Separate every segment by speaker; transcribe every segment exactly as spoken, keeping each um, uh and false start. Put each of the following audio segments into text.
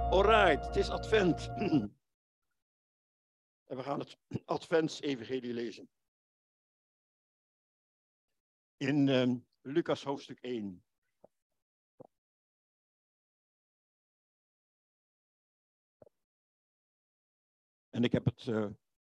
Speaker 1: Alright, het is Advent. En we gaan het Advents-evangelie lezen. In uh, Lucas hoofdstuk één. En ik heb het uh,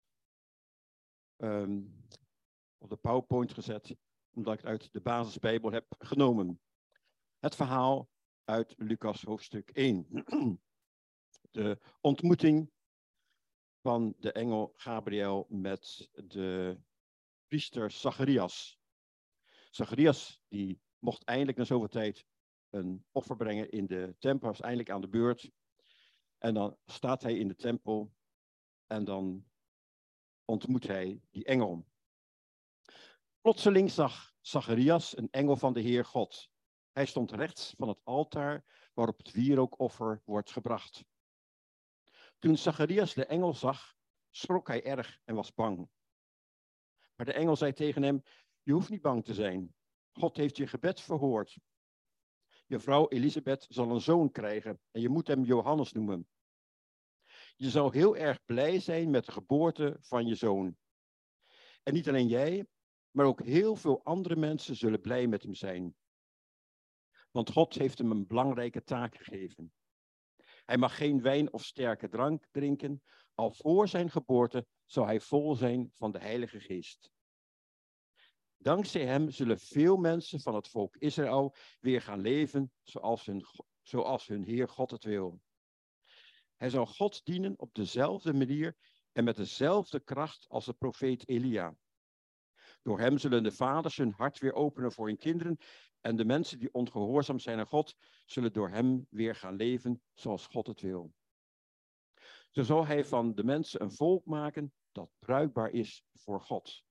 Speaker 1: um, op de PowerPoint gezet, omdat ik het uit de basisbijbel heb genomen. Het verhaal uit Lucas hoofdstuk één. De ontmoeting van de engel Gabriel met de priester Zacharias. Zacharias die mocht eindelijk na zoveel tijd een offer brengen in de tempel, was eindelijk aan de beurt. En dan staat hij in de tempel en dan ontmoet hij die engel. Plotseling zag Zacharias een engel van de Heer God. Hij stond rechts van het altaar waarop het wierookoffer wordt gebracht. Toen Zacharias de engel zag, schrok hij erg en was bang. Maar de engel zei tegen hem: je hoeft niet bang te zijn. God heeft je gebed verhoord. Je vrouw Elisabeth zal een zoon krijgen en je moet hem Johannes noemen. Je zal heel erg blij zijn met de geboorte van je zoon. En niet alleen jij, maar ook heel veel andere mensen zullen blij met hem zijn. Want God heeft hem een belangrijke taak gegeven. Hij mag geen wijn of sterke drank drinken. Al voor zijn geboorte zal hij vol zijn van de Heilige Geest. Dankzij hem zullen veel mensen van het volk Israël weer gaan leven zoals hun, zoals hun Heer God het wil. Hij zal God dienen op dezelfde manier en met dezelfde kracht als de profeet Elia. Door hem zullen de vaders hun hart weer openen voor hun kinderen en de mensen die ongehoorzaam zijn aan God zullen door hem weer gaan leven zoals God het wil. Zo zal hij van de mensen een volk maken dat bruikbaar is voor God.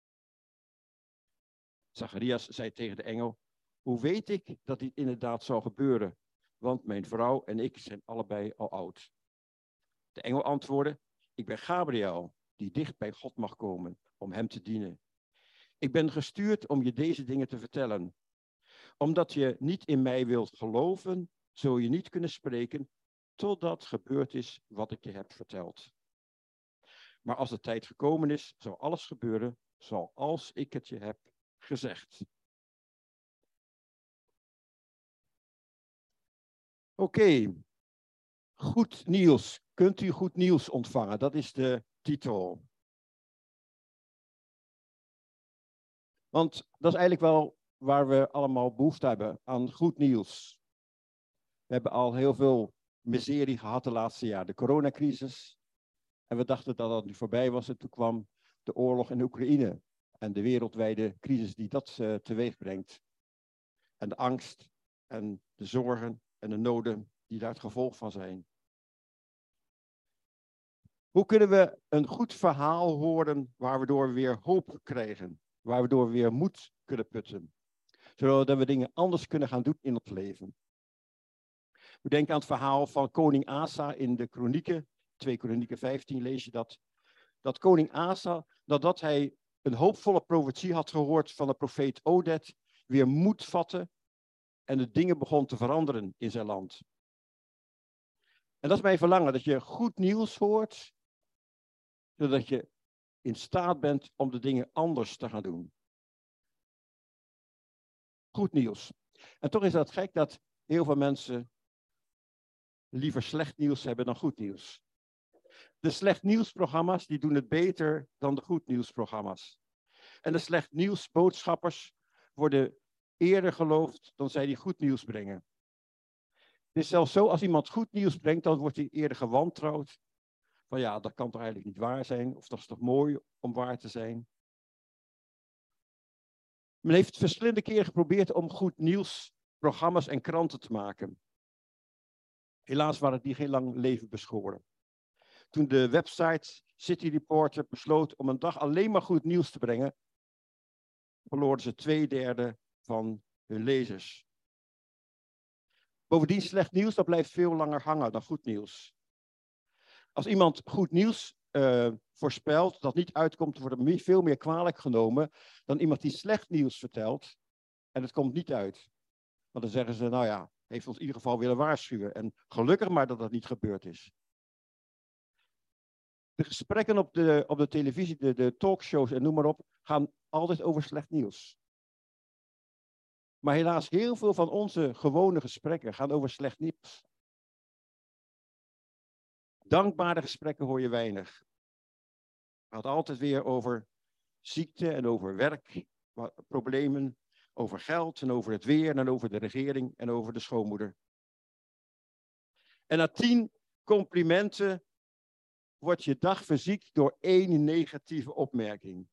Speaker 1: Zacharias zei tegen de engel: hoe weet ik dat dit inderdaad zal gebeuren? Want mijn vrouw en ik zijn allebei al oud. De engel antwoordde: ik ben Gabriel, die dicht bij God mag komen om hem te dienen. Ik ben gestuurd om je deze dingen te vertellen. Omdat je niet in mij wilt geloven, zul je niet kunnen spreken totdat gebeurd is wat ik je heb verteld. Maar als de tijd gekomen is, zal alles gebeuren zoals ik het je heb gezegd. Oké, okay. Goed nieuws. Kunt u goed nieuws ontvangen? Dat is de titel. Want dat is eigenlijk wel waar we allemaal behoefte hebben aan goed nieuws. We hebben al heel veel miserie gehad de laatste jaar, de coronacrisis. En we dachten dat dat nu voorbij was en toen kwam de oorlog in Oekraïne. En de wereldwijde crisis die dat uh, teweeg brengt. En de angst en de zorgen en de noden die daar het gevolg van zijn. Hoe kunnen we een goed verhaal horen waardoor we weer hoop krijgen? Waardoor we weer moed kunnen putten. Zodat we dingen anders kunnen gaan doen in ons leven. We denken aan het verhaal van koning Asa in de Kronieken. twee Kronieken vijftien lees je dat. Dat koning Asa, nadat hij een hoopvolle profetie had gehoord van de profeet Odet, weer moed vatte en de dingen begon te veranderen in zijn land. En dat is mijn verlangen, dat je goed nieuws hoort, zodat je in staat bent om de dingen anders te gaan doen. Goed nieuws. En toch is dat gek dat heel veel mensen liever slecht nieuws hebben dan goed nieuws. De slecht nieuwsprogramma's die doen het beter dan de goed nieuwsprogramma's. En de slecht nieuwsboodschappers worden eerder geloofd dan zij die goed nieuws brengen. Het is zelfs zo, als iemand goed nieuws brengt, dan wordt hij eerder gewantrouwd. Van ja, dat kan toch eigenlijk niet waar zijn, of dat is toch mooi om waar te zijn. Men heeft verschillende keren geprobeerd om goed nieuwsprogramma's en kranten te maken. Helaas waren die geen lang leven beschoren. Toen de website City Reporter besloot om een dag alleen maar goed nieuws te brengen, verloren ze twee derde van hun lezers. Bovendien slecht nieuws, dat blijft veel langer hangen dan goed nieuws. Als iemand goed nieuws uh, voorspelt dat niet uitkomt, wordt er veel meer kwalijk genomen dan iemand die slecht nieuws vertelt en het komt niet uit. Want dan zeggen ze, nou ja, heeft ons in ieder geval willen waarschuwen. En gelukkig maar dat dat niet gebeurd is. De gesprekken op de, op de televisie, de, de talkshows en noem maar op, gaan altijd over slecht nieuws. Maar helaas, heel veel van onze gewone gesprekken gaan over slecht nieuws. Dankbare gesprekken hoor je weinig. Het gaat altijd weer over ziekte en over werkproblemen, over geld en over het weer en over de regering en over de schoonmoeder. En na tien complimenten wordt je dag verziekt door één negatieve opmerking.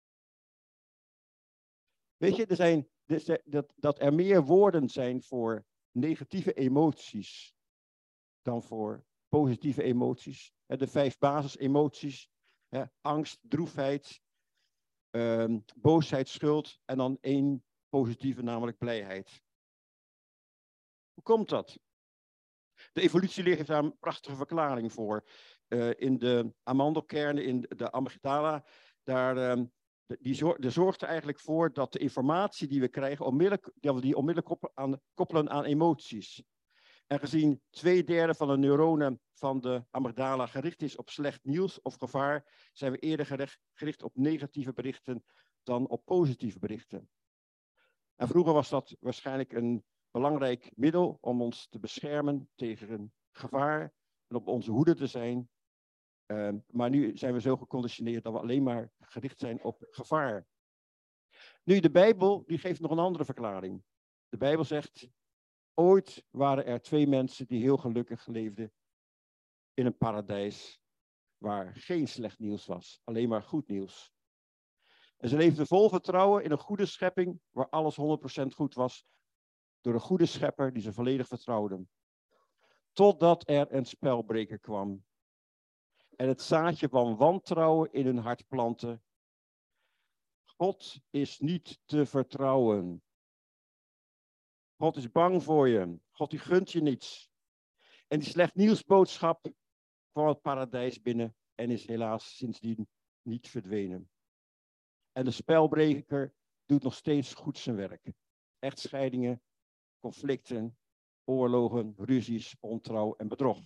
Speaker 1: Weet je, er zijn, dat, dat er meer woorden zijn voor negatieve emoties dan voor positieve emoties. De vijf basisemoties, angst, droefheid, um, boosheid, schuld en dan één positieve, namelijk blijheid. Hoe komt dat? De evolutieleer heeft daar een prachtige verklaring voor. Uh, in de amandelkernen, in de amygdala, daar, um, die zor de zorgt er eigenlijk voor dat de informatie die we krijgen, onmiddellijk, dat we die onmiddellijk koppelen aan, koppelen aan emoties. En gezien twee derde van de neuronen van de amygdala gericht is op slecht nieuws of gevaar, zijn we eerder gericht, gericht op negatieve berichten dan op positieve berichten. En vroeger was dat waarschijnlijk een belangrijk middel om ons te beschermen tegen een gevaar en op onze hoede te zijn. Uh, maar nu zijn we zo geconditioneerd dat we alleen maar gericht zijn op gevaar. Nu, de Bijbel die geeft nog een andere verklaring. De Bijbel zegt, ooit waren er twee mensen die heel gelukkig leefden in een paradijs waar geen slecht nieuws was, alleen maar goed nieuws. En ze leefden vol vertrouwen in een goede schepping waar alles honderd procent goed was, door een goede schepper die ze volledig vertrouwden. Totdat er een spelbreker kwam en het zaadje van wantrouwen in hun hart plantte. God is niet te vertrouwen. God is bang voor je. God die gunt je niets. En die slecht nieuwsboodschap kwam het paradijs binnen en is helaas sindsdien niet verdwenen. En de spelbreker doet nog steeds goed zijn werk. Echtscheidingen, conflicten, oorlogen, ruzies, ontrouw en bedrog.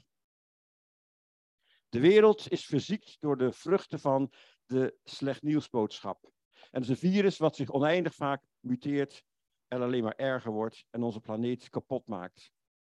Speaker 1: De wereld is verziekt door de vruchten van de slecht nieuwsboodschap. En het is een virus wat zich oneindig vaak muteert en alleen maar erger wordt en onze planeet kapot maakt.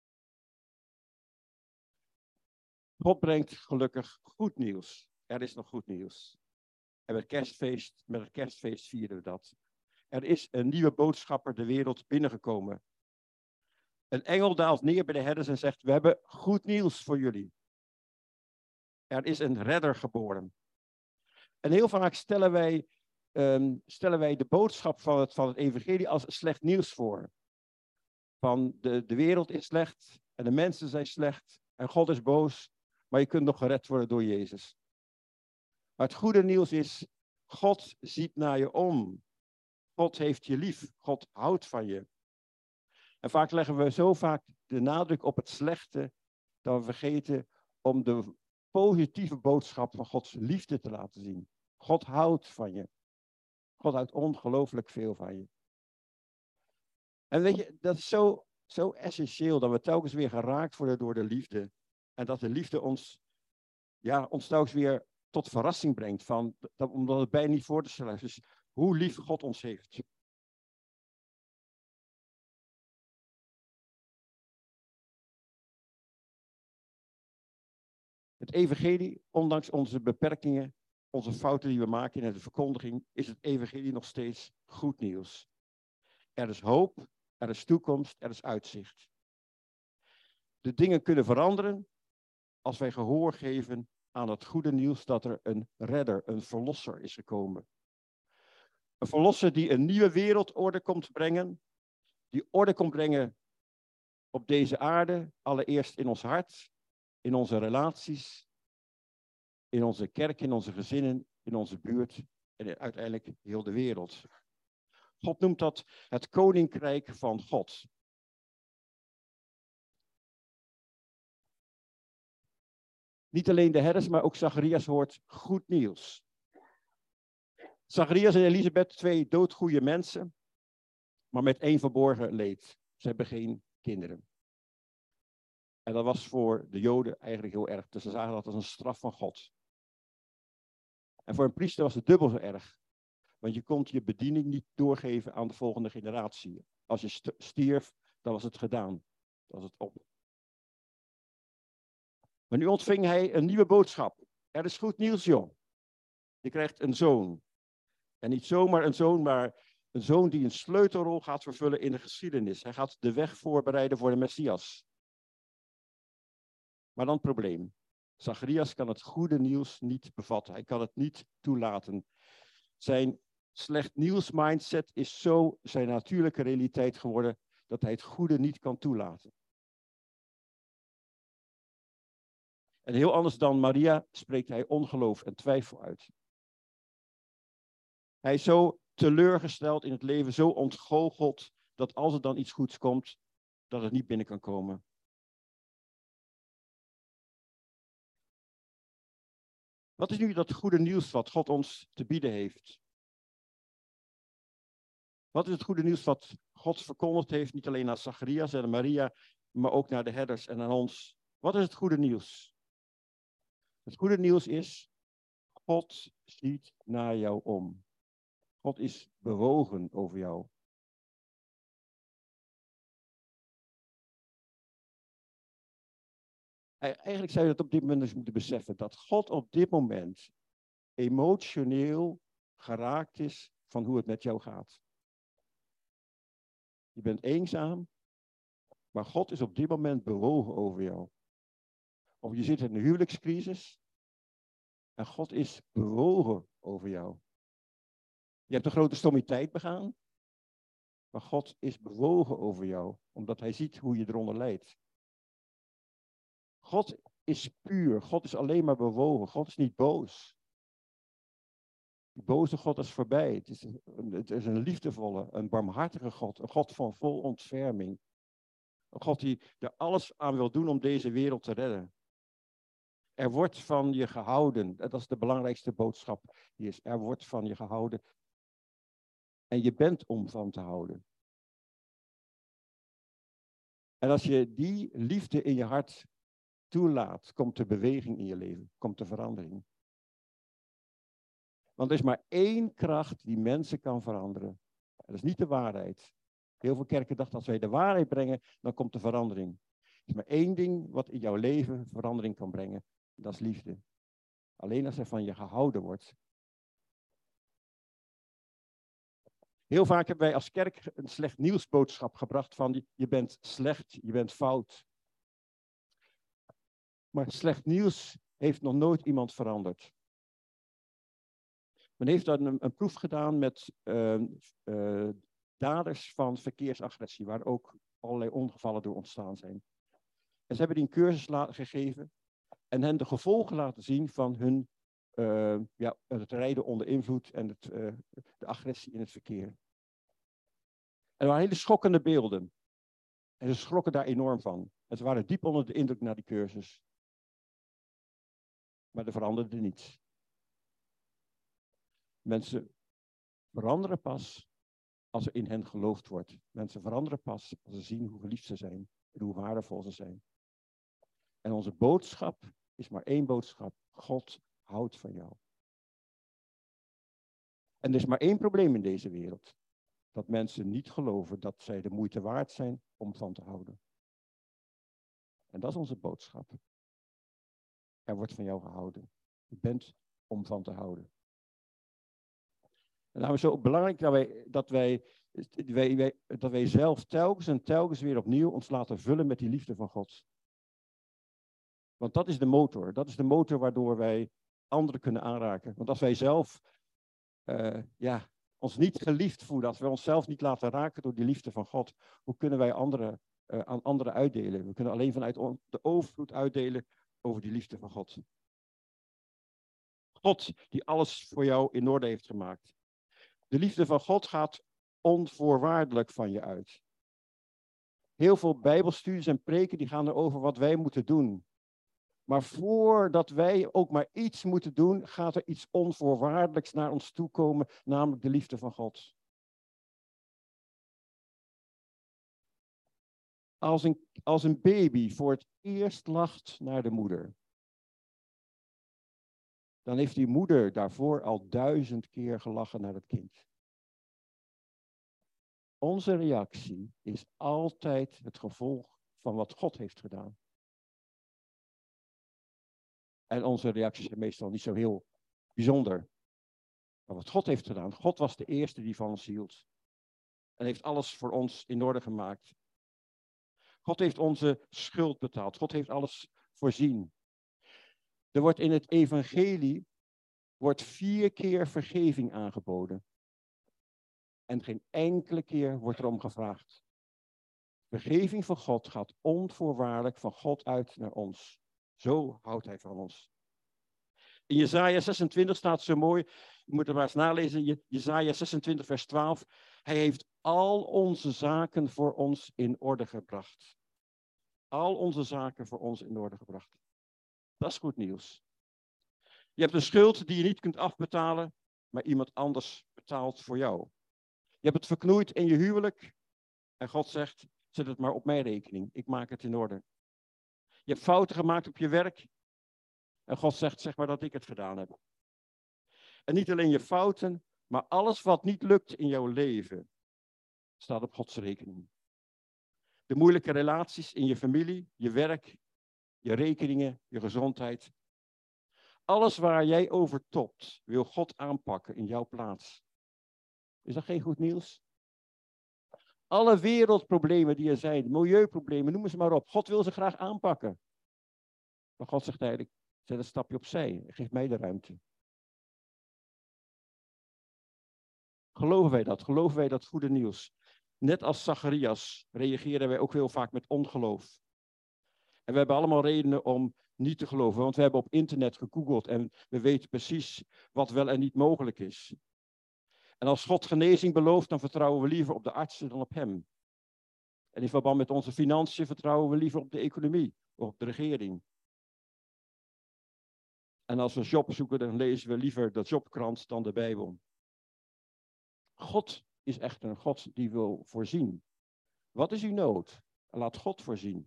Speaker 1: God brengt gelukkig goed nieuws. Er is nog goed nieuws. En met, kerstfeest, met het kerstfeest vieren we dat. Er is een nieuwe boodschapper de wereld binnengekomen. Een engel daalt neer bij de herders en zegt, we hebben goed nieuws voor jullie. Er is een redder geboren. En heel vaak stellen wij, um, stellen wij de boodschap van het, van het evangelie als slecht nieuws voor. Van de, de wereld is slecht en de mensen zijn slecht en God is boos, maar je kunt nog gered worden door Jezus. Maar het goede nieuws is, God ziet naar je om. God heeft je lief. God houdt van je. En vaak leggen we zo vaak de nadruk op het slechte, dat we vergeten om de positieve boodschap van Gods liefde te laten zien. God houdt van je. God houdt ongelooflijk veel van je. En weet je, dat is zo, zo essentieel dat we telkens weer geraakt worden door de liefde. En dat de liefde ons, ja, ons telkens weer tot verrassing brengt. Van, dat, omdat het bijna niet voor te stellen is. Dus hoe lief God ons heeft. Het evangelie, ondanks onze beperkingen, onze fouten die we maken in de verkondiging, is het evangelie nog steeds goed nieuws. Er is hoop, er is toekomst, er is uitzicht. De dingen kunnen veranderen als wij gehoor geven aan het goede nieuws dat er een redder, een verlosser is gekomen. Een verlosser die een nieuwe wereldorde komt brengen, die orde komt brengen op deze aarde, allereerst in ons hart, in onze relaties, in onze kerk, in onze gezinnen, in onze buurt en uiteindelijk heel de wereld. God noemt dat het koninkrijk van God. Niet alleen de herders, maar ook Zacharias hoort goed nieuws. Zacharias en Elisabeth, twee doodgoeie mensen, maar met één verborgen leed. Ze hebben geen kinderen. En dat was voor de Joden eigenlijk heel erg. Dus ze zagen dat als een straf van God. En voor een priester was het dubbel zo erg. Want je kon je bediening niet doorgeven aan de volgende generatie. Als je stierf, dan was het gedaan. Dan was het op. Maar nu ontving hij een nieuwe boodschap. Er is goed nieuws, joh. Je krijgt een zoon. En niet zomaar een zoon, maar een zoon die een sleutelrol gaat vervullen in de geschiedenis. Hij gaat de weg voorbereiden voor de Messias. Maar dan het probleem. Zacharias kan het goede nieuws niet bevatten. Hij kan het niet toelaten. Zijn slecht nieuws mindset is zo zijn natuurlijke realiteit geworden dat hij het goede niet kan toelaten. En heel anders dan Maria spreekt hij ongeloof en twijfel uit. Hij is zo teleurgesteld in het leven, zo ontgoocheld, dat als er dan iets goeds komt, dat het niet binnen kan komen. Wat is nu dat goede nieuws wat God ons te bieden heeft? Wat is het goede nieuws wat God verkondigd heeft, niet alleen naar Zacharias en Maria, maar ook naar de herders en aan ons? Wat is het goede nieuws? Het goede nieuws is, God ziet naar jou om. God is bewogen over jou. Eigenlijk zou je dat op dit moment dus moeten beseffen, dat God op dit moment emotioneel geraakt is van hoe het met jou gaat. Je bent eenzaam, maar God is op dit moment bewogen over jou. Of je zit in een huwelijkscrisis en God is bewogen over jou. Je hebt een grote stommiteit begaan, maar God is bewogen over jou, omdat hij ziet hoe je eronder lijdt. God is puur, God is alleen maar bewogen, God is niet boos. Die boze God is voorbij. Het is, een, het is een liefdevolle, een barmhartige God. Een God van vol ontferming. Een God die er alles aan wil doen om deze wereld te redden. Er wordt van je gehouden. Dat is de belangrijkste boodschap. Die is, er wordt van je gehouden. En je bent om van te houden. En als je die liefde in je hart toelaat, komt er beweging in je leven. Komt er verandering. Want er is maar één kracht die mensen kan veranderen. Dat is niet de waarheid. Heel veel kerken dachten, als wij de waarheid brengen, dan komt er verandering. Er is maar één ding wat in jouw leven verandering kan brengen. Dat is liefde. Alleen als er van je gehouden wordt. Heel vaak hebben wij als kerk een slecht nieuwsboodschap gebracht van je bent slecht, je bent fout. Maar slecht nieuws heeft nog nooit iemand veranderd. Men heeft dan een, een proef gedaan met uh, uh, daders van verkeersagressie, waar ook allerlei ongevallen door ontstaan zijn. En ze hebben die een cursus gegeven en hen de gevolgen laten zien van hun uh, ja, het rijden onder invloed en het, uh, de agressie in het verkeer. En er waren hele schokkende beelden. En ze schrokken daar enorm van. En ze waren diep onder de indruk na die cursus. Maar er veranderde niets. Mensen veranderen pas als er in hen geloofd wordt. Mensen veranderen pas als ze zien hoe geliefd ze zijn en hoe waardevol ze zijn. En onze boodschap is maar één boodschap. God houdt van jou. En er is maar één probleem in deze wereld. Dat mensen niet geloven dat zij de moeite waard zijn om van te houden. En dat is onze boodschap. Er wordt van jou gehouden. Je bent om van te houden. En daarom is het zo belangrijk dat wij, dat wij, wij, wij, dat wij zelf telkens en telkens weer opnieuw ons laten vullen met die liefde van God. Want dat is de motor. Dat is de motor waardoor wij anderen kunnen aanraken. Want als wij zelf uh, ja, ons niet geliefd voelen, als wij onszelf niet laten raken door die liefde van God, hoe kunnen wij anderen, uh, aan anderen uitdelen? We kunnen alleen vanuit de overvloed uitdelen over die liefde van God. God die alles voor jou in orde heeft gemaakt. De liefde van God gaat onvoorwaardelijk van je uit. Heel veel bijbelstudies en preken die gaan erover wat wij moeten doen. Maar voordat wij ook maar iets moeten doen, gaat er iets onvoorwaardelijks naar ons toe komen, namelijk de liefde van God. als een, als een baby voor het eerst lacht naar de moeder, dan heeft die moeder daarvoor al duizend keer gelachen naar het kind. Onze reactie is altijd het gevolg van wat God heeft gedaan. En onze reacties zijn meestal niet zo heel bijzonder. Maar wat God heeft gedaan, God was de eerste die van ons hield. En heeft alles voor ons in orde gemaakt. God heeft onze schuld betaald. God heeft alles voorzien. Er wordt in het evangelie wordt vier keer vergeving aangeboden. En geen enkele keer wordt erom gevraagd. Vergeving van God gaat onvoorwaardelijk van God uit naar ons. Zo houdt hij van ons. In Jesaja zesentwintig staat zo mooi, je moet het maar eens nalezen, Jesaja zesentwintig vers twaalf. Hij heeft al onze zaken voor ons in orde gebracht. Al onze zaken voor ons in orde gebracht. Dat is goed nieuws. Je hebt een schuld die je niet kunt afbetalen, maar iemand anders betaalt voor jou. Je hebt het verknoeid in je huwelijk en God zegt, zet het maar op mijn rekening, ik maak het in orde. Je hebt fouten gemaakt op je werk en God zegt, zeg maar dat ik het gedaan heb. En niet alleen je fouten, maar alles wat niet lukt in jouw leven, staat op Gods rekening. De moeilijke relaties in je familie, je werk, je rekeningen, je gezondheid. Alles waar jij over topt, wil God aanpakken in jouw plaats. Is dat geen goed nieuws? Alle wereldproblemen die er zijn, milieuproblemen, noem ze maar op. God wil ze graag aanpakken. Maar God zegt eigenlijk, zet een stapje opzij. Geef mij de ruimte. Geloven wij dat? Geloven wij dat goede nieuws? Net als Zacharias reageren wij ook heel vaak met ongeloof. En we hebben allemaal redenen om niet te geloven. Want we hebben op internet gegoogeld en we weten precies wat wel en niet mogelijk is. En als God genezing belooft, dan vertrouwen we liever op de artsen dan op hem. En in verband met onze financiën vertrouwen we liever op de economie of op de regering. En als we job zoeken, dan lezen we liever de jobkrant dan de Bijbel. God is echt een God die wil voorzien. Wat is uw nood? Laat God voorzien.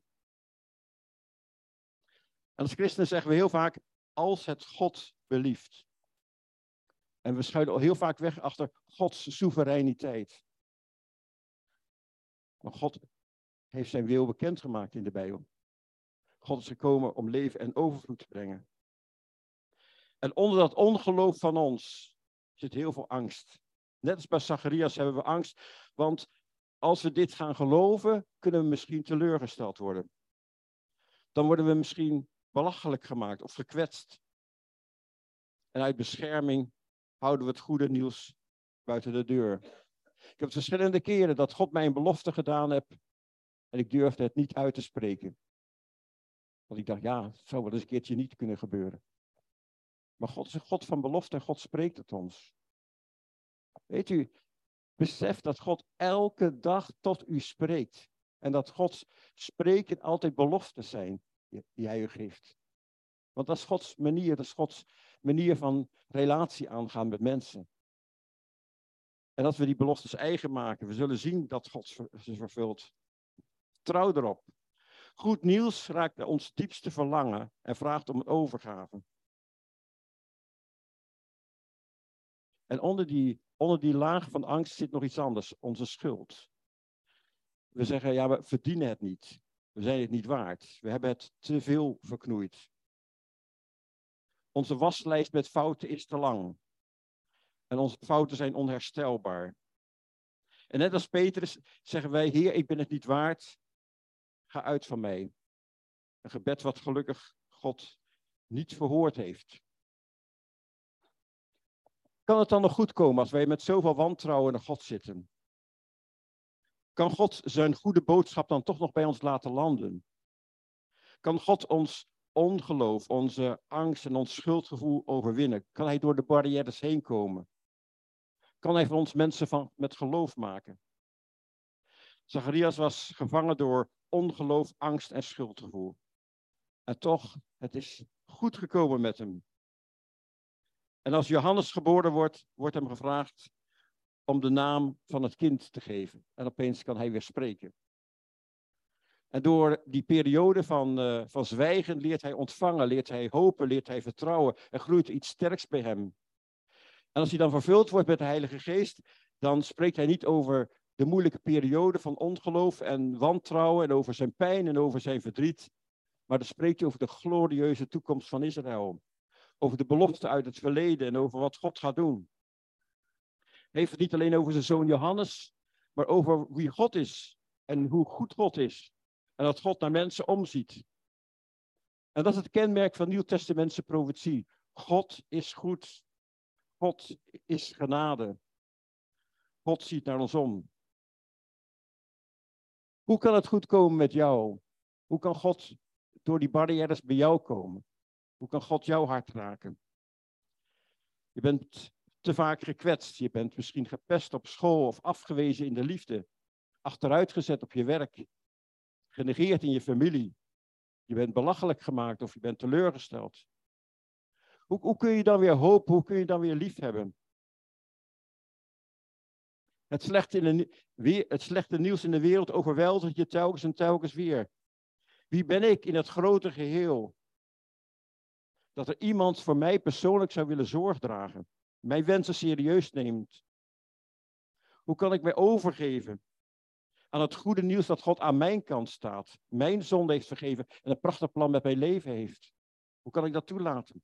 Speaker 1: En als christenen zeggen we heel vaak, als het God belieft. En we schuilen al heel vaak weg achter Gods soevereiniteit. Maar God heeft zijn wil bekendgemaakt in de Bijbel. God is gekomen om leven en overvloed te brengen. En onder dat ongeloof van ons zit heel veel angst. Net als bij Zacharias hebben we angst, want als we dit gaan geloven, kunnen we misschien teleurgesteld worden. Dan worden we misschien belachelijk gemaakt of gekwetst. En uit bescherming houden we het goede nieuws buiten de deur. Ik heb verschillende keren dat God mij een belofte gedaan heeft en ik durfde het niet uit te spreken. Want ik dacht, ja, het zou wel eens een keertje niet kunnen gebeuren. Maar God is een God van belofte en God spreekt het ons. Weet u, besef dat God elke dag tot u spreekt. En dat Gods spreken altijd beloften zijn die hij u geeft. Want dat is Gods manier, dat is Gods manier van relatie aangaan met mensen. En als we die beloftes eigen maken, we zullen zien dat God ze vervult. Trouw erop. Goed nieuws raakt naar ons diepste verlangen en vraagt om een overgave. En onder die, onder die laag van angst zit nog iets anders, onze schuld. We zeggen, ja, we verdienen het niet. We zijn het niet waard. We hebben het te veel verknoeid. Onze waslijst met fouten is te lang. En onze fouten zijn onherstelbaar. En net als Petrus zeggen wij, Heer, ik ben het niet waard. Ga uit van mij. Een gebed wat gelukkig God niet verhoord heeft. Kan het dan nog goed komen als wij met zoveel wantrouwen naar God zitten? Kan God zijn goede boodschap dan toch nog bij ons laten landen? Kan God ons ongeloof, onze angst en ons schuldgevoel overwinnen? Kan hij door de barrières heen komen? Kan hij van ons mensen van, met geloof maken? Zacharias was gevangen door ongeloof, angst en schuldgevoel. En toch, het is goed gekomen met hem. En als Johannes geboren wordt, wordt hem gevraagd om de naam van het kind te geven. En opeens kan hij weer spreken. En door die periode van, uh, van zwijgen leert hij ontvangen, leert hij hopen, leert hij vertrouwen. Er groeit iets sterks bij hem. En als hij dan vervuld wordt met de Heilige Geest, dan spreekt hij niet over de moeilijke periode van ongeloof en wantrouwen en over zijn pijn en over zijn verdriet. Maar dan spreekt hij over de glorieuze toekomst van Israël. Over de belofte uit het verleden en over wat God gaat doen. Hij heeft het niet alleen over zijn zoon Johannes, maar over wie God is en hoe goed God is. En dat God naar mensen omziet. En dat is het kenmerk van Nieuwtestamentse profetie. God is goed. God is genade. God ziet naar ons om. Hoe kan het goed komen met jou? Hoe kan God door die barrières bij jou komen? Hoe kan God jouw hart raken? Je bent te vaak gekwetst. Je bent misschien gepest op school of afgewezen in de liefde. Achteruitgezet op je werk. Genegeerd in je familie. Je bent belachelijk gemaakt of je bent teleurgesteld. Hoe, hoe kun je dan weer hopen? Hoe kun je dan weer lief hebben? Het slechte, in de, weer, het slechte nieuws in de wereld overweldigt je telkens en telkens weer. Wie ben ik in het grote geheel? Dat er iemand voor mij persoonlijk zou willen zorg dragen. Mijn wensen serieus neemt. Hoe kan ik mij overgeven aan het goede nieuws dat God aan mijn kant staat. Mijn zonde heeft vergeven en een prachtig plan met mijn leven heeft. Hoe kan ik dat toelaten?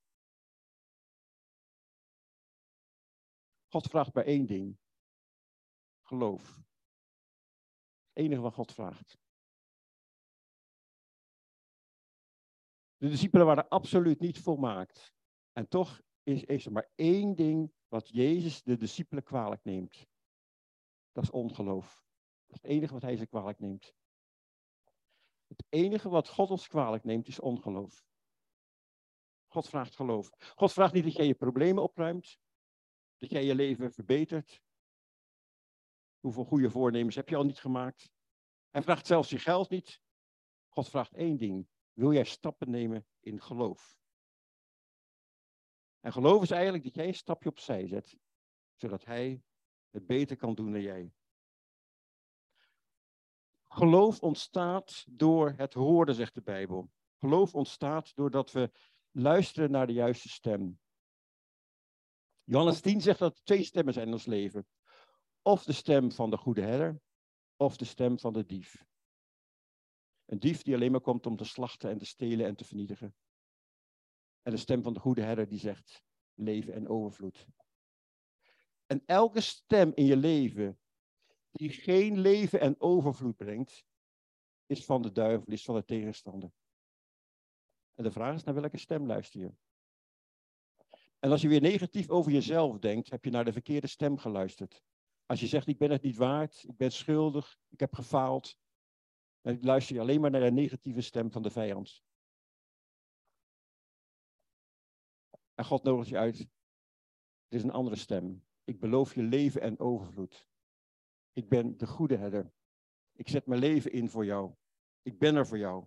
Speaker 1: God vraagt maar één ding. Geloof. Het enige wat God vraagt. De discipelen waren absoluut niet volmaakt. En toch is, is er maar één ding wat Jezus de discipelen kwalijk neemt. Dat is ongeloof. Dat is het enige wat hij ze kwalijk neemt. Het enige wat God ons kwalijk neemt is ongeloof. God vraagt geloof. God vraagt niet dat jij je problemen opruimt. Dat jij je leven verbetert. Hoeveel goede voornemens heb je al niet gemaakt? Hij vraagt zelfs je geld niet. God vraagt één ding. Wil jij stappen nemen in geloof? En geloof is eigenlijk dat jij een stapje opzij zet. Zodat hij het beter kan doen dan jij. Geloof ontstaat door het horen, zegt de Bijbel. Geloof ontstaat doordat we luisteren naar de juiste stem. Johannes tien zegt dat er twee stemmen zijn in ons leven. Of de stem van de goede herder, of de stem van de dief. Een dief die alleen maar komt om te slachten en te stelen en te vernietigen. En de stem van de goede herder die zegt leven en overvloed. En elke stem in je leven die geen leven en overvloed brengt, is van de duivel, is van de tegenstander. En de vraag is, naar welke stem luister je? En als je weer negatief over jezelf denkt, heb je naar de verkeerde stem geluisterd. Als je zegt, ik ben het niet waard, ik ben schuldig, ik heb gefaald, dan luister je alleen maar naar de negatieve stem van de vijand. En God nodigt je uit. Er is een andere stem. Ik beloof je leven en overvloed. Ik ben de goede herder. Ik zet mijn leven in voor jou. Ik ben er voor jou.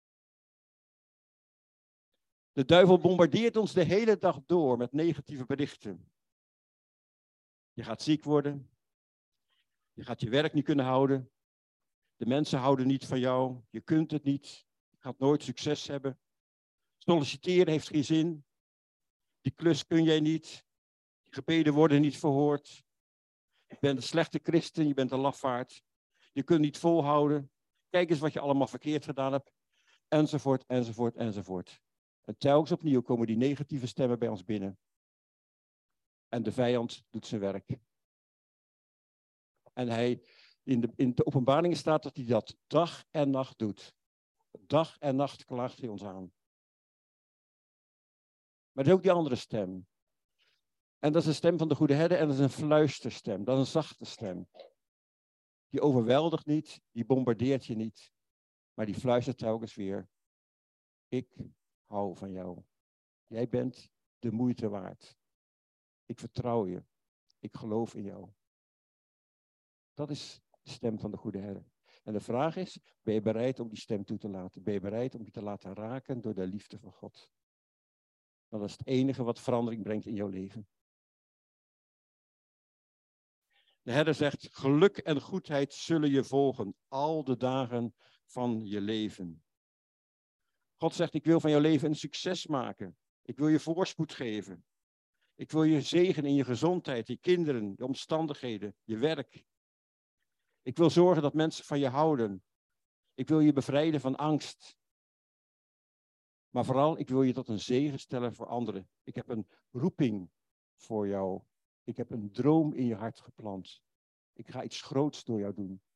Speaker 1: De duivel bombardeert ons de hele dag door met negatieve berichten. Je gaat ziek worden. Je gaat je werk niet kunnen houden. De mensen houden niet van jou. Je kunt het niet. Je gaat nooit succes hebben. Solliciteren heeft geen zin. Die klus kun jij niet. Je gebeden worden niet verhoord. Je bent een slechte christen. Je bent een lafaard. Je kunt niet volhouden. Kijk eens wat je allemaal verkeerd gedaan hebt. Enzovoort, enzovoort, enzovoort. En telkens opnieuw komen die negatieve stemmen bij ons binnen. En de vijand doet zijn werk. En hij, in de, in de openbaringen staat dat hij dat dag en nacht doet. Dag en nacht klaagt hij ons aan. Maar er is ook die andere stem. En dat is de stem van de goede herder en dat is een fluisterstem. Dat is een zachte stem. Die overweldigt niet, die bombardeert je niet. Maar die fluistert telkens weer. Ik hou van jou. Jij bent de moeite waard. Ik vertrouw je. Ik geloof in jou. Dat is de stem van de goede herder. En de vraag is, ben je bereid om die stem toe te laten? Ben je bereid om je te laten raken door de liefde van God? Dat is het enige wat verandering brengt in jouw leven. De herder zegt, geluk en goedheid zullen je volgen al de dagen van je leven. God zegt, ik wil van jouw leven een succes maken. Ik wil je voorspoed geven. Ik wil je zegenen in je gezondheid, je kinderen, je omstandigheden, je werk. Ik wil zorgen dat mensen van je houden. Ik wil je bevrijden van angst. Maar vooral, ik wil je tot een zegen stellen voor anderen. Ik heb een roeping voor jou. Ik heb een droom in je hart geplant. Ik ga iets groots door jou doen.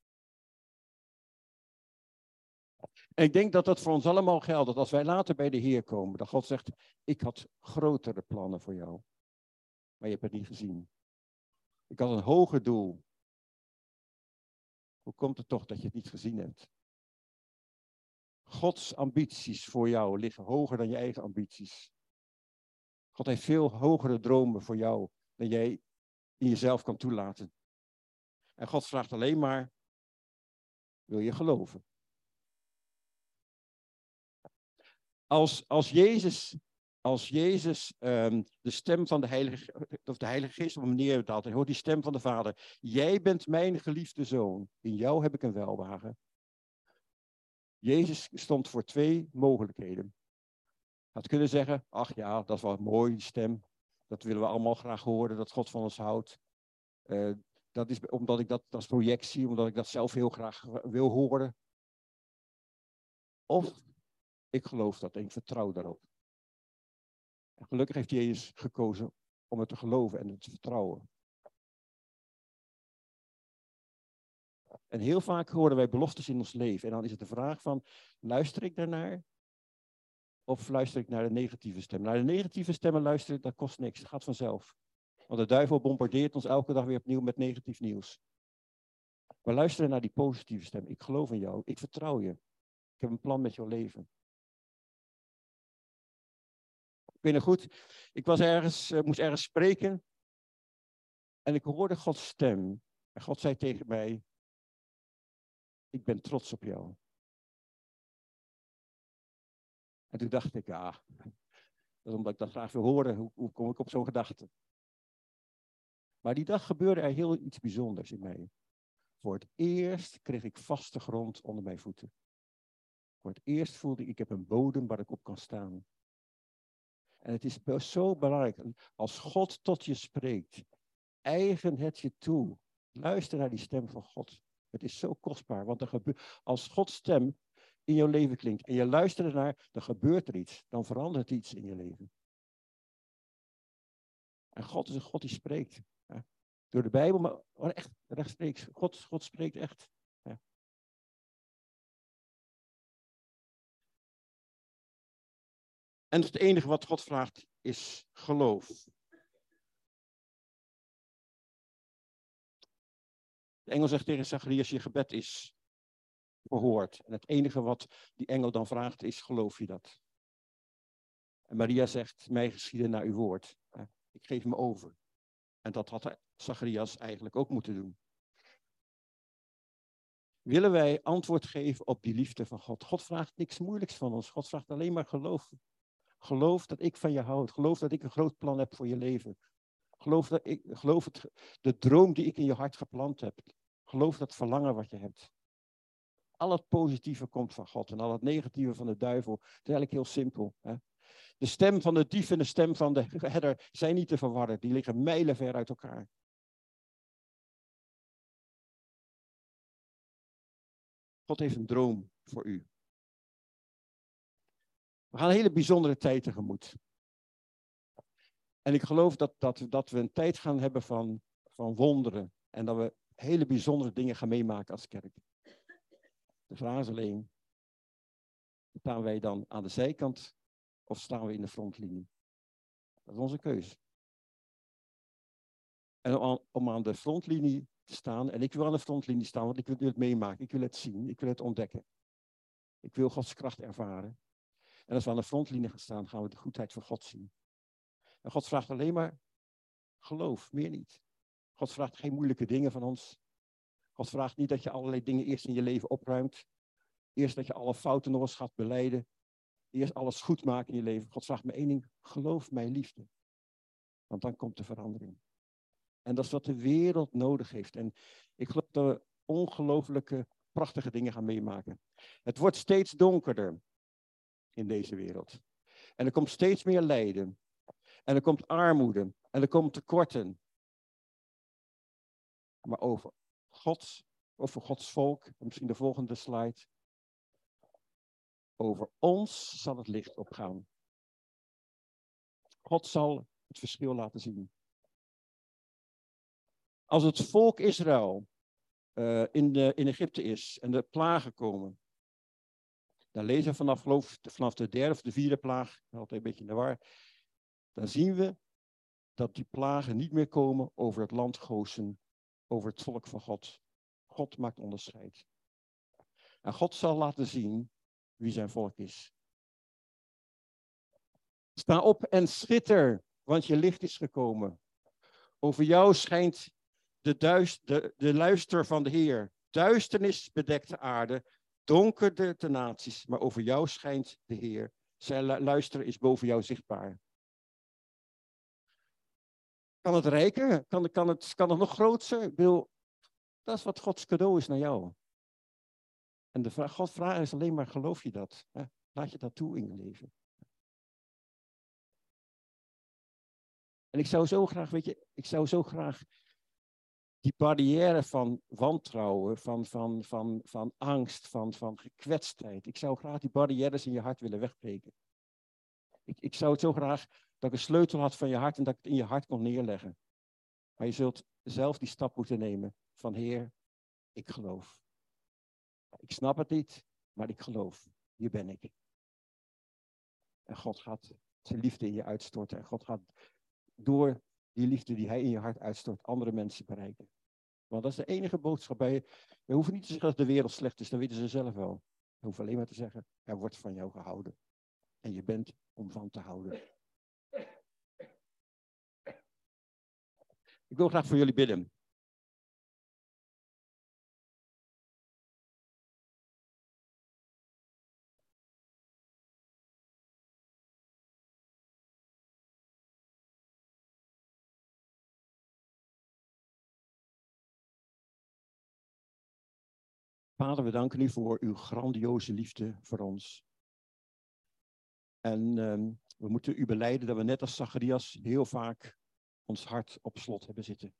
Speaker 1: En ik denk dat dat voor ons allemaal geldt. Dat als wij later bij de Heer komen, dat God zegt, ik had grotere plannen voor jou. Maar je hebt het niet gezien. Ik had een hoger doel. Hoe komt het toch dat je het niet gezien hebt? Gods ambities voor jou liggen hoger dan je eigen ambities. God heeft veel hogere dromen voor jou dan jij in jezelf kan toelaten. En God vraagt alleen maar, wil je geloven? Als, als Jezus, als Jezus um, de stem van de Heilige, of de Heilige Geest op hem neerdaalt, en hoort die stem van de Vader, jij bent mijn geliefde zoon, in jou heb ik een welbehagen. Jezus stond voor twee mogelijkheden. Hij had kunnen zeggen, ach ja, dat is wel mooi, die stem. Dat willen we allemaal graag horen, dat God van ons houdt. Uh, dat is omdat ik dat als projectie, omdat ik dat zelf heel graag wil horen. Of ik geloof dat en ik vertrouw daarop. En gelukkig heeft Jezus gekozen om het te geloven en het te vertrouwen. En heel vaak horen wij beloftes in ons leven. En dan is het de vraag van, luister ik daarnaar? Of luister ik naar de negatieve stem? Naar de negatieve stemmen luisteren, dat kost niks. Het gaat vanzelf. Want de duivel bombardeert ons elke dag weer opnieuw met negatief nieuws. Maar luisteren naar die positieve stem. Ik geloof in jou. Ik vertrouw je. Ik heb een plan met jouw leven. Ik weet nog goed, ik was ergens, uh, moest ergens spreken. En ik hoorde Gods stem. En God zei tegen mij, ik ben trots op jou. En toen dacht ik, ja, dat is omdat ik dat graag wil horen. Hoe, hoe kom ik op zo'n gedachte? Maar die dag gebeurde er heel iets bijzonders in mij. Voor het eerst kreeg ik vaste grond onder mijn voeten. Voor het eerst voelde ik, ik heb een bodem waar ik op kan staan. En het is zo belangrijk, als God tot je spreekt, eigen het je toe. Luister naar die stem van God. Het is zo kostbaar, want er gebeurt, als Gods stem in jouw leven klinkt en je luistert ernaar, dan gebeurt er iets. Dan verandert iets in je leven. En God is een God die spreekt. Ja. Door de Bijbel, maar, maar echt rechtstreeks. God, God spreekt echt. Ja. En het enige wat God vraagt is geloof. De engel zegt tegen Zacharias, je gebed is verhoord. En het enige wat die engel dan vraagt is, geloof je dat? En Maria zegt, mij geschieden naar uw woord. Ik geef me over. En dat had Zacharias eigenlijk ook moeten doen. Willen wij antwoord geven op die liefde van God? God vraagt niks moeilijks van ons. God vraagt alleen maar geloof. Geloof dat ik van je houd. Geloof dat ik een groot plan heb voor je leven. Geloof, dat ik, geloof het, de droom die ik in je hart geplant heb. Geloof dat verlangen wat je hebt. Al het positieve komt van God en al het negatieve van de duivel. Het is eigenlijk heel simpel. Hè? De stem van de dief en de stem van de herder zijn niet te verwarren. Die liggen mijlenver uit elkaar. God heeft een droom voor u. We gaan een hele bijzondere tijd tegemoet. En ik geloof dat, dat, dat we een tijd gaan hebben van, van wonderen. En dat we hele bijzondere dingen gaan meemaken als kerk. De vraag is alleen, staan wij dan aan de zijkant of staan we in de frontlinie? Dat is onze keuze. En om, om aan de frontlinie te staan, en ik wil aan de frontlinie staan, want ik wil het meemaken, ik wil het zien, ik wil het ontdekken. Ik wil Gods kracht ervaren. En als we aan de frontlinie gaan staan, gaan we de goedheid van God zien. En God vraagt alleen maar geloof, meer niet. God vraagt geen moeilijke dingen van ons. God vraagt niet dat je allerlei dingen eerst in je leven opruimt. Eerst dat je alle fouten nog eens gaat belijden. Eerst alles goed maken in je leven. God vraagt me één ding, geloof mijn liefde. Want dan komt de verandering. En dat is wat de wereld nodig heeft. En ik geloof dat we ongelooflijke prachtige dingen gaan meemaken. Het wordt steeds donkerder in deze wereld. En er komt steeds meer lijden. En er komt armoede. En er komen tekorten. Maar over Gods, over Gods volk, misschien de volgende slide. Over ons zal het licht opgaan. God zal het verschil laten zien. Als het volk Israël uh, in, de, in Egypte is en de plagen komen. Dan lezen we vanaf, geloof, vanaf de derde of de vierde plaag, altijd een beetje in de war. Dan zien we dat die plagen niet meer komen over het land Gozen, over het volk van God. God maakt onderscheid. En God zal laten zien wie zijn volk is. Sta op en schitter, want je licht is gekomen. Over jou schijnt de, duist, de, de luister van de Heer. Duisternis bedekt de aarde, donkerder de naties, maar over jou schijnt de Heer. Zijn luister is boven jou zichtbaar. Kan het rijker? Kan, kan, het, kan het nog groter? Ik bedoel, dat is wat Gods cadeau is naar jou. En de vraag, Gods vraag is alleen maar, geloof je dat? Hè? Laat je dat toe in je leven? En ik zou zo graag, weet je, ik zou zo graag die barrière van wantrouwen, van, van, van, van angst, van, van gekwetstheid. Ik zou graag die barrières in je hart willen wegbreken. Ik, ik zou het zo graag dat ik een sleutel had van je hart en dat ik het in je hart kon neerleggen. Maar je zult zelf die stap moeten nemen van Heer, ik geloof. Ik snap het niet, maar ik geloof. Hier ben ik. En God gaat zijn liefde in je uitstorten. En God gaat door die liefde die hij in je hart uitstort, andere mensen bereiken. Want dat is de enige boodschap bij je. We hoeven niet te zeggen dat de wereld slecht is, dat weten ze zelf wel. We hoeven alleen maar te zeggen, er wordt van jou gehouden. En je bent om van te houden. Ik wil graag voor jullie bidden. Vader, we danken u voor uw grandioze liefde voor ons. En um, we moeten u belijden dat we net als Zacharias heel vaak ons hart op slot hebben zitten.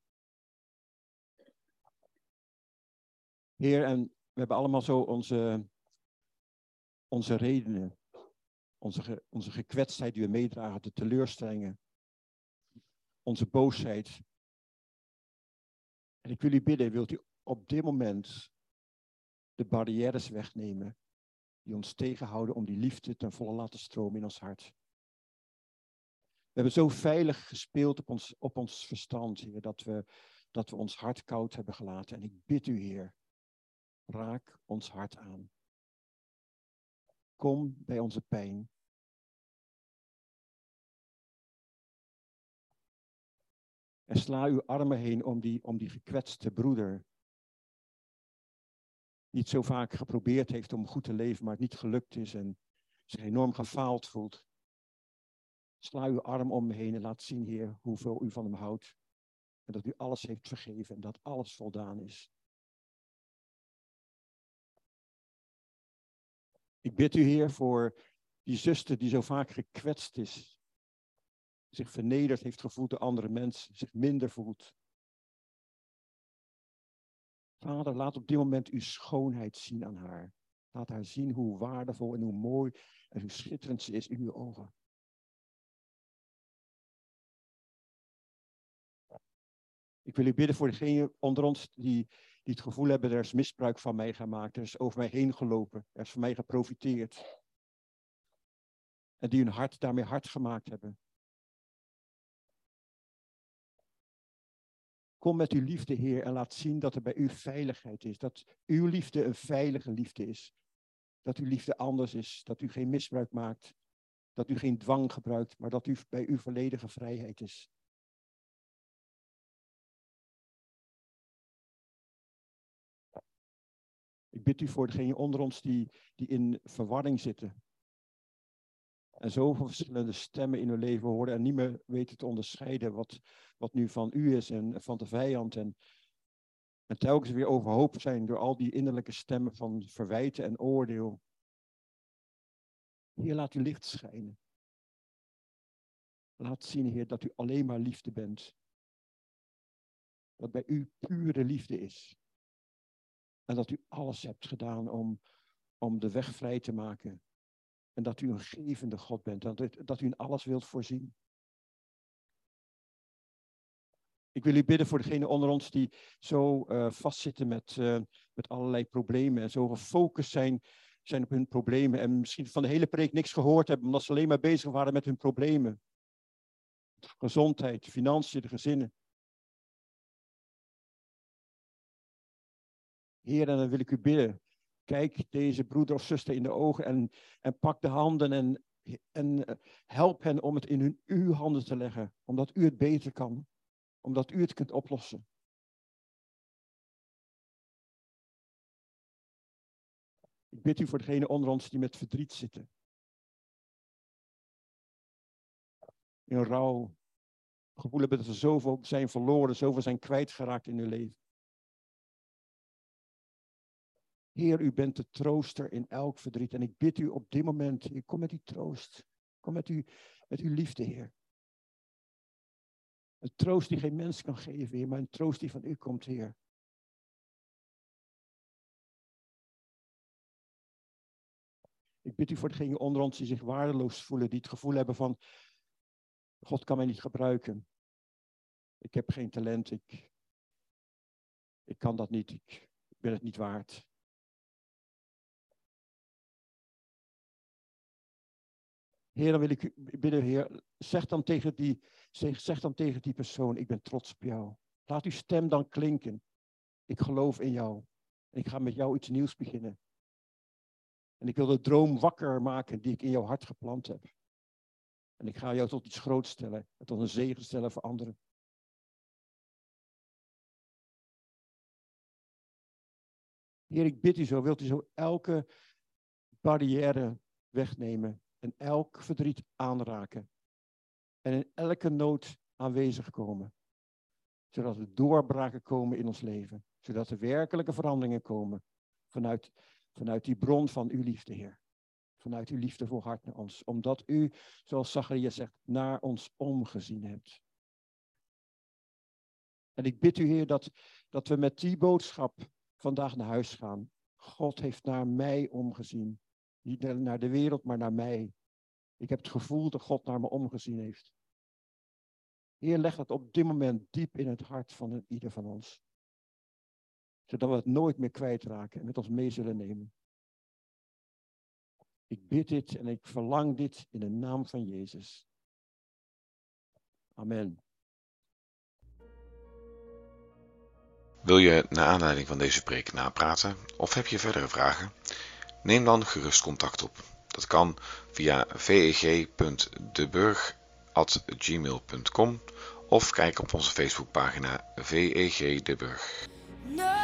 Speaker 1: Heer, en we hebben allemaal zo onze, onze redenen, onze, ge, onze gekwetstheid die we meedragen, de teleurstellingen, onze boosheid. En ik wil u bidden, wilt u op dit moment de barrières wegnemen die ons tegenhouden om die liefde ten volle laten stromen in ons hart. We hebben zo veilig gespeeld op ons, op ons verstand, Heer, dat we, dat we ons hart koud hebben gelaten. En ik bid u, Heer, raak ons hart aan. Kom bij onze pijn. En sla uw armen heen om die, om die gekwetste broeder, die het zo vaak geprobeerd heeft om goed te leven, maar het niet gelukt is en zich enorm gefaald voelt. Sla uw arm om me heen en laat zien, Heer, hoeveel u van hem houdt. En dat u alles heeft vergeven en dat alles voldaan is. Ik bid u, Heer, voor die zuster die zo vaak gekwetst is. Zich vernederd heeft gevoeld door andere mensen, zich minder voelt. Vader, laat op dit moment uw schoonheid zien aan haar. Laat haar zien hoe waardevol en hoe mooi en hoe schitterend ze is in uw ogen. Ik wil u bidden voor degenen onder ons die, die het gevoel hebben, er is misbruik van mij gemaakt, er is over mij heen gelopen, er is van mij geprofiteerd. En die hun hart daarmee hard gemaakt hebben. Kom met uw liefde, Heer, en laat zien dat er bij u veiligheid is. Dat uw liefde een veilige liefde is. Dat uw liefde anders is. Dat u geen misbruik maakt. Dat u geen dwang gebruikt, maar dat u bij u volledige vrijheid is. Ik bid u voor degenen onder ons die, die in verwarring zitten. En zoveel verschillende stemmen in hun leven horen en niet meer weten te onderscheiden wat, wat nu van u is en van de vijand. En En telkens weer overhoop zijn door al die innerlijke stemmen van verwijten en oordeel. Heer, laat uw licht schijnen. Laat zien, Heer, dat u alleen maar liefde bent. Dat bij u pure liefde is. En dat u alles hebt gedaan om, om de weg vrij te maken. En dat u een gevende God bent. Dat, dat u in alles wilt voorzien. Ik wil u bidden voor degenen onder ons die zo uh, vastzitten met, uh, met allerlei problemen. En zo gefocust zijn, zijn op hun problemen. En misschien van de hele preek niks gehoord hebben. Omdat ze alleen maar bezig waren met hun problemen. Gezondheid, financiën, de gezinnen. Heer, en dan wil ik u bidden. Kijk deze broeder of zuster in de ogen en, en pak de handen en, en help hen om het in hun, uw handen te leggen. Omdat u het beter kan. Omdat u het kunt oplossen. Ik bid u voor degenen onder ons die met verdriet zitten. In rouw. Gevoel hebben dat ze zoveel zijn verloren, zoveel zijn kwijtgeraakt in hun leven. Heer, u bent de trooster in elk verdriet. En ik bid u op dit moment, Heer, kom met uw troost. Kom met, u, met uw liefde, Heer. Een troost die geen mens kan geven, Heer, maar een troost die van u komt, Heer. Ik bid u voor degenen onder ons die zich waardeloos voelen, die het gevoel hebben van, God kan mij niet gebruiken. Ik heb geen talent, ik, ik kan dat niet, ik, ik ben het niet waard. Heer, dan wil ik u bidden, Heer, zeg dan tegen die, zeg, zeg dan tegen die persoon, ik ben trots op jou. Laat uw stem dan klinken. Ik geloof in jou. Ik ga met jou iets nieuws beginnen. En ik wil de droom wakker maken die ik in jouw hart geplant heb. En ik ga jou tot iets groots stellen. En tot een zegen stellen voor anderen. Heer, ik bid u zo, wilt u zo elke barrière wegnemen. En elk verdriet aanraken. En in elke nood aanwezig komen. Zodat er doorbraken komen in ons leven. Zodat er werkelijke veranderingen komen. Vanuit, vanuit die bron van uw liefde, Heer. Vanuit uw liefdevol hart naar ons. Omdat u, zoals Zacharias zegt, naar ons omgezien hebt. En ik bid u, Heer, dat, dat we met die boodschap vandaag naar huis gaan. God heeft naar mij omgezien. Niet naar de wereld, maar naar mij. Ik heb het gevoel dat God naar me omgezien heeft. Heer, leg dat op dit moment diep in het hart van ieder van ons. Zodat we het nooit meer kwijtraken en met ons mee zullen nemen. Ik bid dit en ik verlang dit in de naam van Jezus. Amen.
Speaker 2: Wil je naar aanleiding van deze preek napraten of heb je verdere vragen? Neem dan gerust contact op. Dat kan via veg punt deburg at gmail punt com of kijk op onze Facebookpagina V E G de Burg.